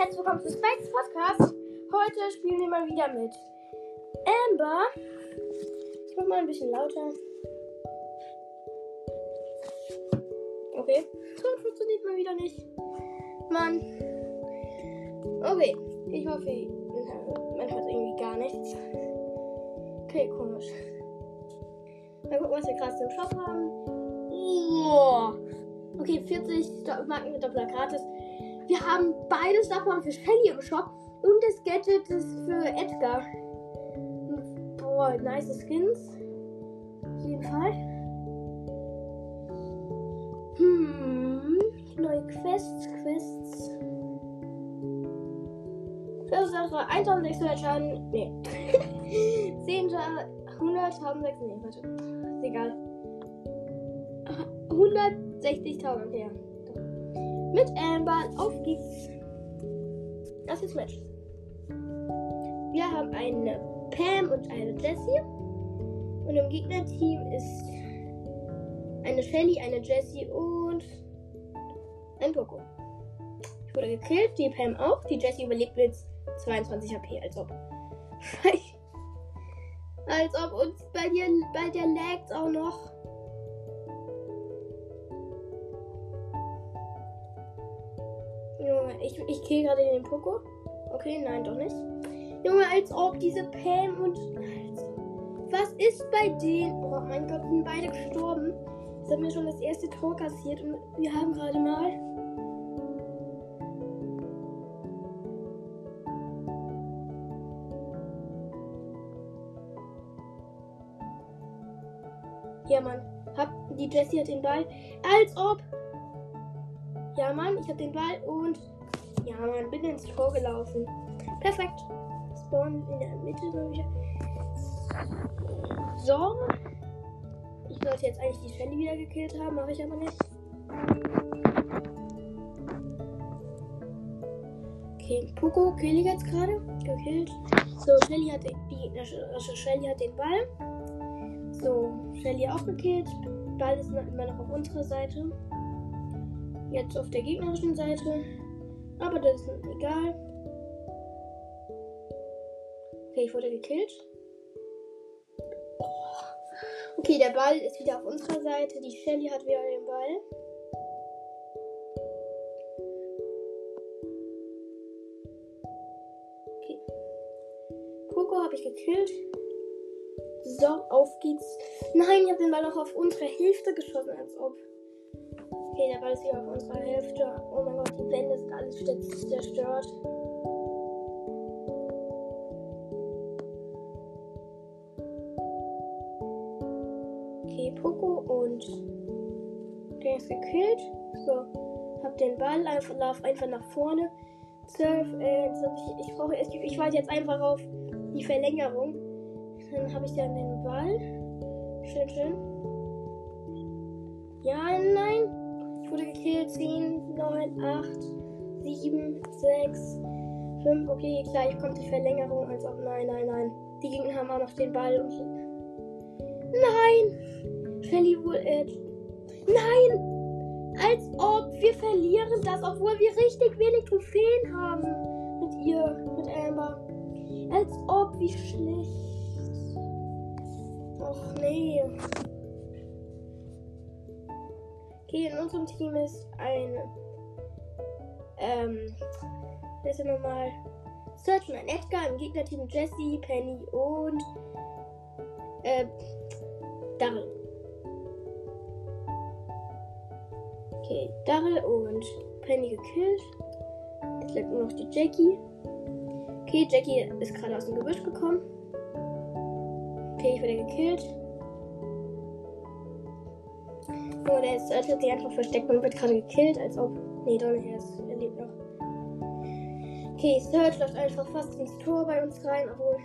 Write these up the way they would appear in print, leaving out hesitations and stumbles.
herzlich willkommen zu Spikes Podcast. Heute spielen wir mal wieder mit Amber. Ich mach mal ein bisschen lauter. Okay, Ton funktioniert mal wieder nicht. Mann. Okay, ich hoffe, man hört irgendwie gar nichts. Okay, komisch. Mal gucken, was wir gerade im Shop haben. Oh. Okay, 40 Marken mit Doppler gratis. Wir haben beide Star Power für Shelly im Shop und das Gadget ist für Edgar. Boah, nice Skins. Auf jeden Fall. Neue Quests. Verursacher 1600 Schaden. Nee. 10 Schaden. 100, 1006. Nee, warte. Ist egal. 160.000. Okay, ja. Mit Amber, auf geht's. Das ist Match. Wir haben eine Pam und eine Jessie. Und im Gegnerteam ist eine Shelly, eine Jessie und ein Poco. Ich wurde gekillt, die Pam auch. Die Jessie überlebt mit 22 HP, als ob. Als ob uns bei der lag's auch noch. Junge, ich kill gerade den Poco. Okay, nein, doch nicht. Junge, als ob diese Pam und... Was ist bei denen? Oh mein Gott, sind beide gestorben. Jetzt haben wir schon das erste Tor kassiert und wir haben gerade mal... Ja, Mann. Die Jessie hat den Ball. Als ob... Ja, Mann, ich hab den Ball und... Ja, Mann, bin ins Tor gelaufen. Perfekt. Spawn in der Mitte. So. Ich sollte jetzt eigentlich die Shelly wieder gekillt haben, mache ich aber nicht. Okay, Poco kill ich jetzt gerade. Gekillt. So, Shelly hat den Ball. So, Shelly auch gekillt. Ball ist immer noch auf unserer Seite. Jetzt auf der gegnerischen Seite. Aber das ist egal. Okay, ich wurde gekillt. Okay, der Ball ist wieder auf unserer Seite. Die Shelly hat wieder den Ball. Okay. Poco habe ich gekillt. So, auf geht's. Nein, ich habe den Ball noch auf unsere Hälfte geschossen, als ob. Okay, der Ball ist wieder auf unserer Hälfte. Oh mein Gott, die Wände sind alles zerstört. Okay, Poco und der ist gekillt. So, hab den Ball, lauf einfach nach vorne. Surf, ich warte jetzt einfach auf die Verlängerung. Dann habe ich dann den Ball. Schön. Ja, nein. Ich wurde gekillt. 10, 9, 8, 7, 6, 5. Okay, gleich kommt die Verlängerung. Als ob, nein. Die Gegner haben auch noch den Ball. Und nein! Shelly wohl, nein! Als ob wir verlieren das, obwohl wir richtig wenig Trophäen haben. Mit Amber. Als ob, wie schlecht. Och, nee. Okay, in unserem Team ist ein, wer ist denn nochmal? Search und ein Edgar, im Gegnerteam Jessie, Penny und, Darryl. Okay, Darryl und Penny gekillt. Jetzt bleibt nur noch die Jackie. Okay, Jackie ist gerade aus dem Gebüsch gekommen. Okay, ich wurde gekillt. Oh, der Search hat sich einfach versteckt und wird gerade gekillt, als ob... Nee, doch nicht, er lebt noch. Okay, Search läuft einfach fast ins Tor bei uns rein, obwohl...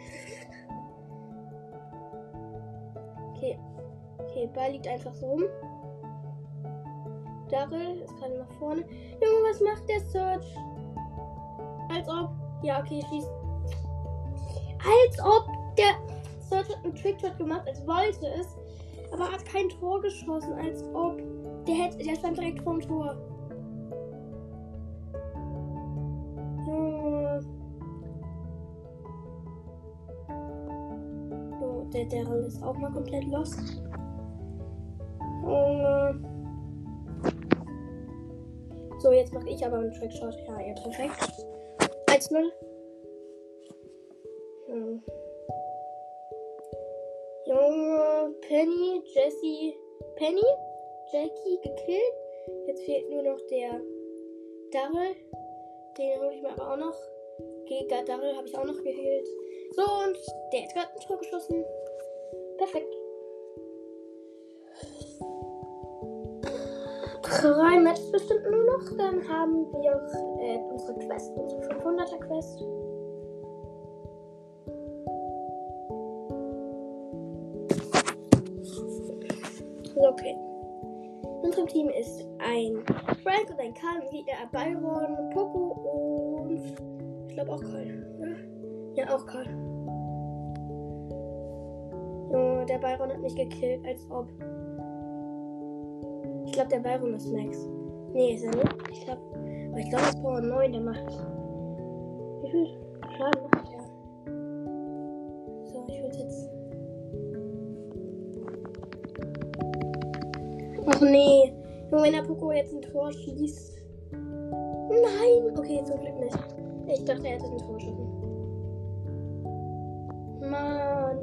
Okay, Ball liegt einfach so rum. Darryl ist gerade nach vorne. Junge, was macht der Search? Als ob... Ja, okay, schießt. Als ob der Search hat einen Trickshot gemacht, als wollte es. Aber hat kein Tor geschossen, als ob. Der stand direkt vorm Tor. Junge, der Daryl ist auch mal komplett lost. So, jetzt mache ich aber einen Trickshot. Ja, perfekt. 1-0. Junge, Jackie gekillt. Jetzt fehlt nur noch der Daryl. Den hole ich mir aber auch noch. Gegen Daryl habe ich auch noch gekillt. So, und der hat gerade ein Tor geschossen. Perfekt. 3 Matches bestimmt nur noch. Dann haben wir unsere Quest, unsere 500er Quest. Okay. In unserem Team ist ein Frank und ein Karl, ein Gegner Byron, Poco und ich glaube auch Karl. Ja, auch Karl. Junge, der Byron hat mich gekillt, als ob. Ich glaube, der Byron ist Max. Nee, ist er nicht. Ich glaube, das ist Power 9, der macht. Wie viel Schaden macht der? So, ich will jetzt. Ach nee. Nur wenn der Poco jetzt ein Tor schießt. Nein! Okay, zum Glück nicht. Ich dachte, er hätte ein Tor geschossen. Mann.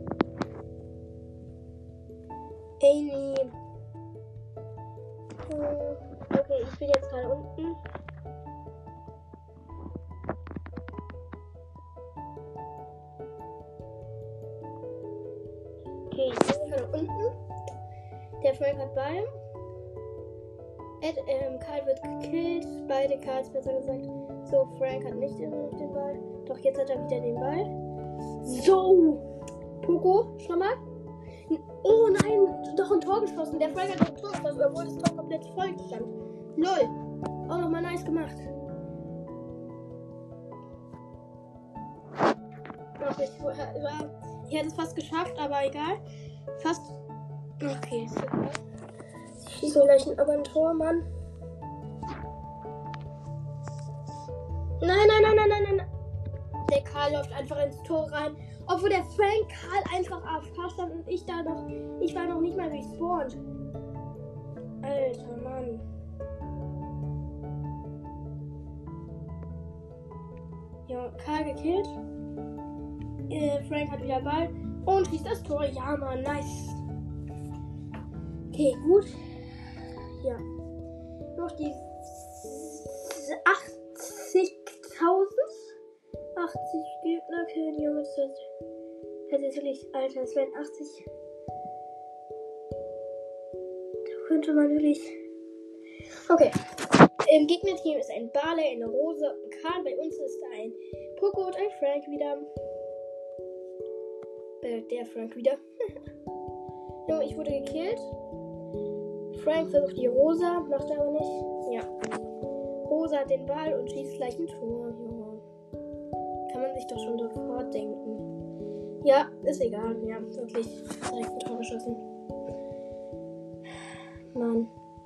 Ey, nee. Okay, ich bin jetzt gerade unten. Okay, ich bin gerade unten. Der Frank hat Ball. Karl wird gekillt. Beide Karls, besser gesagt. So, Frank hat nicht immer noch den Ball. Doch, jetzt hat er wieder den Ball. So! Poco, schon mal. Oh nein, doch ein Tor geschossen. Der Frank hat doch ein Tor geschossen, obwohl das Tor komplett voll stand. LOL. Auch nochmal nice gemacht. Ach, ich hätte es fast geschafft, aber egal. Fast. Okay, super. Sie schießen gleich aber ein Tor, Mann. Nein. Der Karl läuft einfach ins Tor rein. Obwohl der Frank Karl einfach AFK stand und ich war noch nicht mal respawned. Alter Mann. Ja, Karl gekillt. Frank hat wieder Ball und schießt das Tor. Ja, Mann, nice. Okay, gut. Ja. Noch die 80.000. 80 Gegner killen, Junge. Das hätte natürlich, Alter, es wären 80. Da könnte man natürlich. Okay. Im Gegnerteam ist ein Barley, eine Rose und ein Karl. Bei uns ist ein Poco und ein Frank wieder. Der Frank wieder. Junge, ich wurde gekillt. Frank versucht die Rosa, macht er aber nicht. Ja. Rosa hat den Ball und schießt gleich ein Tor. Junge. Kann man sich doch schon sofort denken. Ja, ist egal. Ja, wirklich. Direkt ein Tor geschossen. Mann.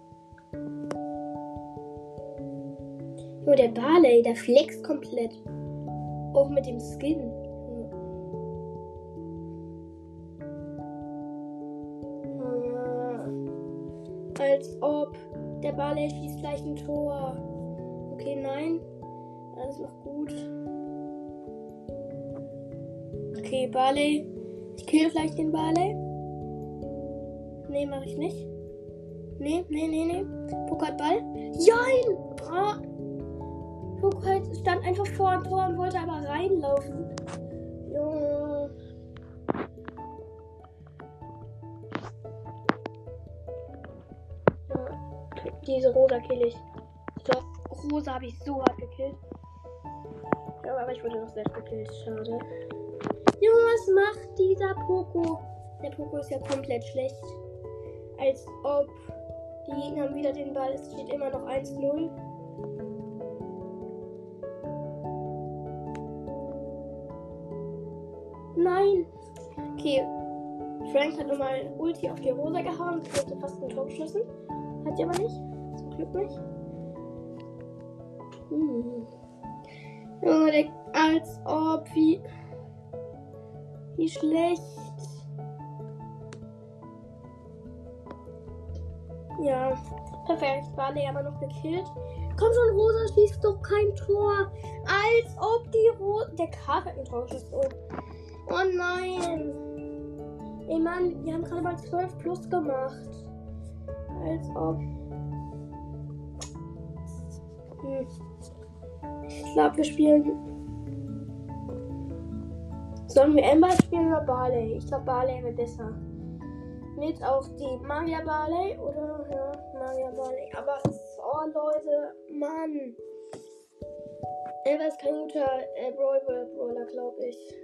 Nur der Barley, der flext komplett. Auch mit dem Skin. Als ob der Barley schießt gleich ein Tor. Okay, nein. Alles noch gut. Okay, Barley. Ich kill gleich den Barley. Nee, mache ich nicht. Nee. Poco hat Ball. Jein! Poco stand einfach vor dem Tor und wollte aber reinlaufen. Junge. Ja, diese Rosa kill ich. So, Rosa habe ich so hart gekillt. Ja, aber ich wurde noch selbst gekillt. Schade. Junge, was macht dieser Poco? Der Poco ist ja komplett schlecht. Als ob die Gegner haben wieder den Ball. Es steht immer noch 1-0. Nein. Okay. Frank hat nochmal Ulti auf die Rosa gehauen und hätte fast ein Tor geschossen. Hat sie aber nicht. Zum Glück nicht. Junge, als ob wie schlecht. Ja, perfekt. Barley aber noch gekillt. Komm schon, Rosa, schießt doch kein Tor. Als ob die der Karl hat ein Tor geschossen. Oh nein. Ey Mann, wir haben gerade mal 12 plus gemacht. Als ob. Ich glaube, wir spielen. Sollen wir Ember spielen oder Barley? Ich glaube, Barley wird besser. Mit auch die Magier Barley oder ja, Magier Barley. Aber oh Leute, Mann. Ember ist kein guter Brawler, glaube ich.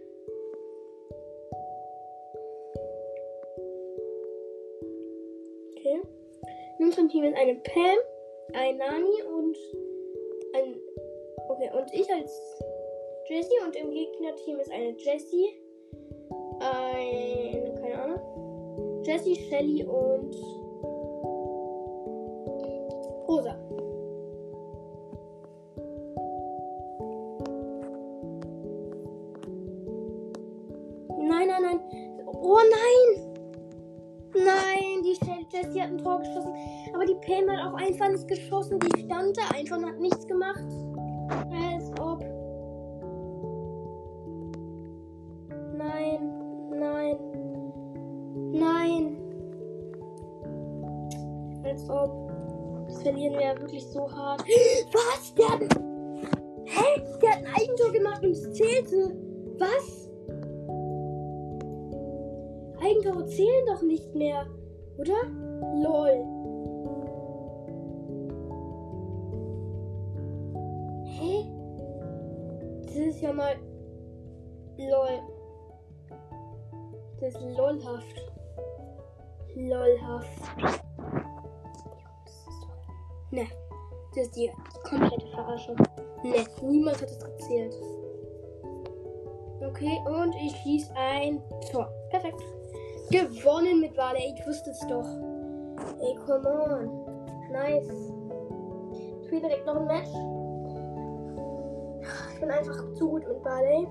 Okay. In unserem Team ist eine Pam, ein Nani und ein. Okay, und ich als Jessie und im Gegnerteam ist eine Jessie, keine Ahnung, Jessie, Shelly und Rosa. Nein. Oh nein! Nein, die Jessie hat ein Tor geschossen, aber die Pam hat auch einfach nicht geschossen. Die stand da einfach und hat nichts gemacht. Als ob. Nein. Als ob. Das verlieren wir ja wirklich so hart. Was? Der hat ein Eigentor gemacht und es zählte. Was? Eigentore zählen doch nicht mehr, oder? LOL. Hä? Das ist ja mal... LOL. Das ist lolhaft. Ne, das ist die komplette Verarschung. Ne, niemand hat es gezählt. Okay, und ich schieße ein Tor. Perfekt. Gewonnen mit Barley. Ich wusste es doch. Ey, come on. Nice. Ich spiele direkt noch ein Match. Ich bin einfach zu gut mit Barley.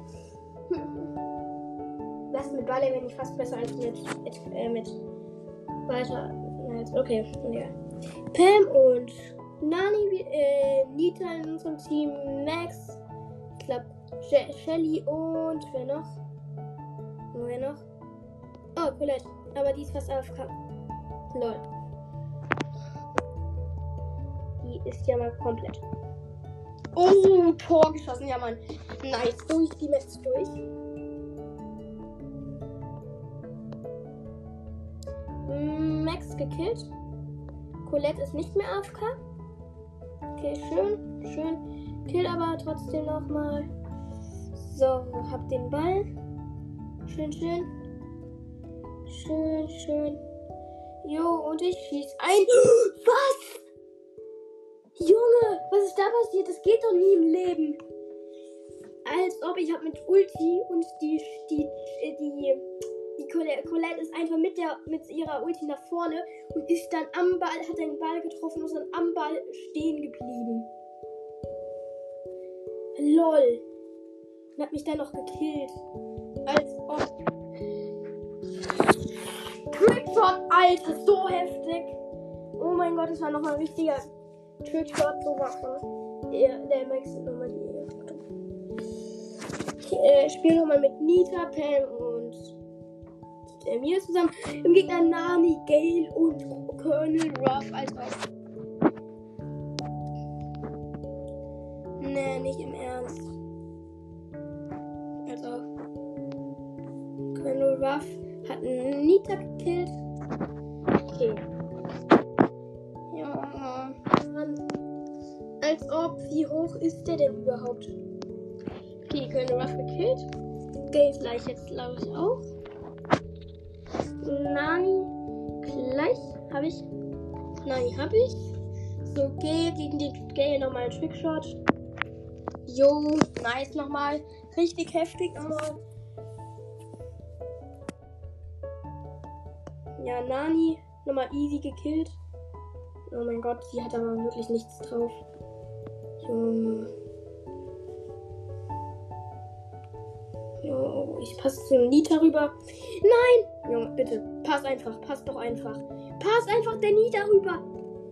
Was mit Barley bin ich fast besser als mit weiter. Okay, ja. Pam und Nani, Nita in unserem Team, Max, ich glaube Shelly und wer noch? Oh, Colette, aber die ist fast AFK. Lol. Die ist ja mal komplett. Oh, Tor geschossen, ja Mann. Nice, durch die Match durch. Max gekillt. Colette ist nicht mehr AFK. Okay, schön. Kill aber trotzdem nochmal. So, hab den Ball. Schön. Jo, und ich schieß ein. Was? Junge, was ist da passiert? Das geht doch nie im Leben. Als ob ich hab mit Ulti und die Colette ist einfach mit ihrer Ulti nach vorne und ist dann am Ball, hat den Ball getroffen und ist dann am Ball stehen geblieben. LOL. Und hat mich dann noch gekillt. Als ob. Trickshot, Alter, so heftig. Oh mein Gott, das war nochmal ein richtiger Trickshot zu machen. Der Max ist nochmal die. Ich spiele nochmal mit Nita, Pam und mir zusammen. Im Gegner Nani, Gale und Colonel Ruff als auch. Nee, nicht im Ernst. Also Colonel Ruff hat Nita gekillt. Okay. Ja, Mann. Als ob, wie hoch ist der denn überhaupt? Okay, Colonel Ruff gekillt. Gale gleich jetzt, glaube ich, auch. Nani gleich habe ich. So, Gale gegen den Gale nochmal ein Trickshot. Jo, nice nochmal. Richtig heftig nochmal. Ja, Nani nochmal easy gekillt. Oh mein Gott, die hat aber wirklich nichts drauf. Junge. Jo, ich passe zu Nita rüber. Nein! Junge, bitte. Pass einfach. Pass doch einfach. Pass einfach der Nita rüber.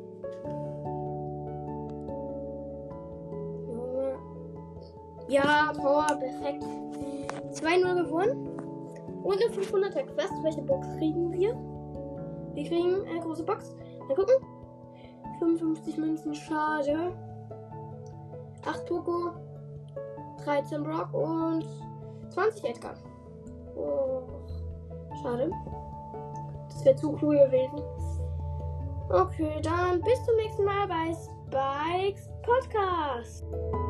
Junge. Ja, Tor. Perfekt. 2-0 gewonnen. Und eine 500er Quest. Welche Box kriegen wir? Wir kriegen eine große Box. Mal gucken. 55 Münzen. Schade. 8 Poco. 13 Brock und 20 Edgar. Oh, schade. Das wäre zu cool gewesen. Okay, dann bis zum nächsten Mal bei Spikes Podcast.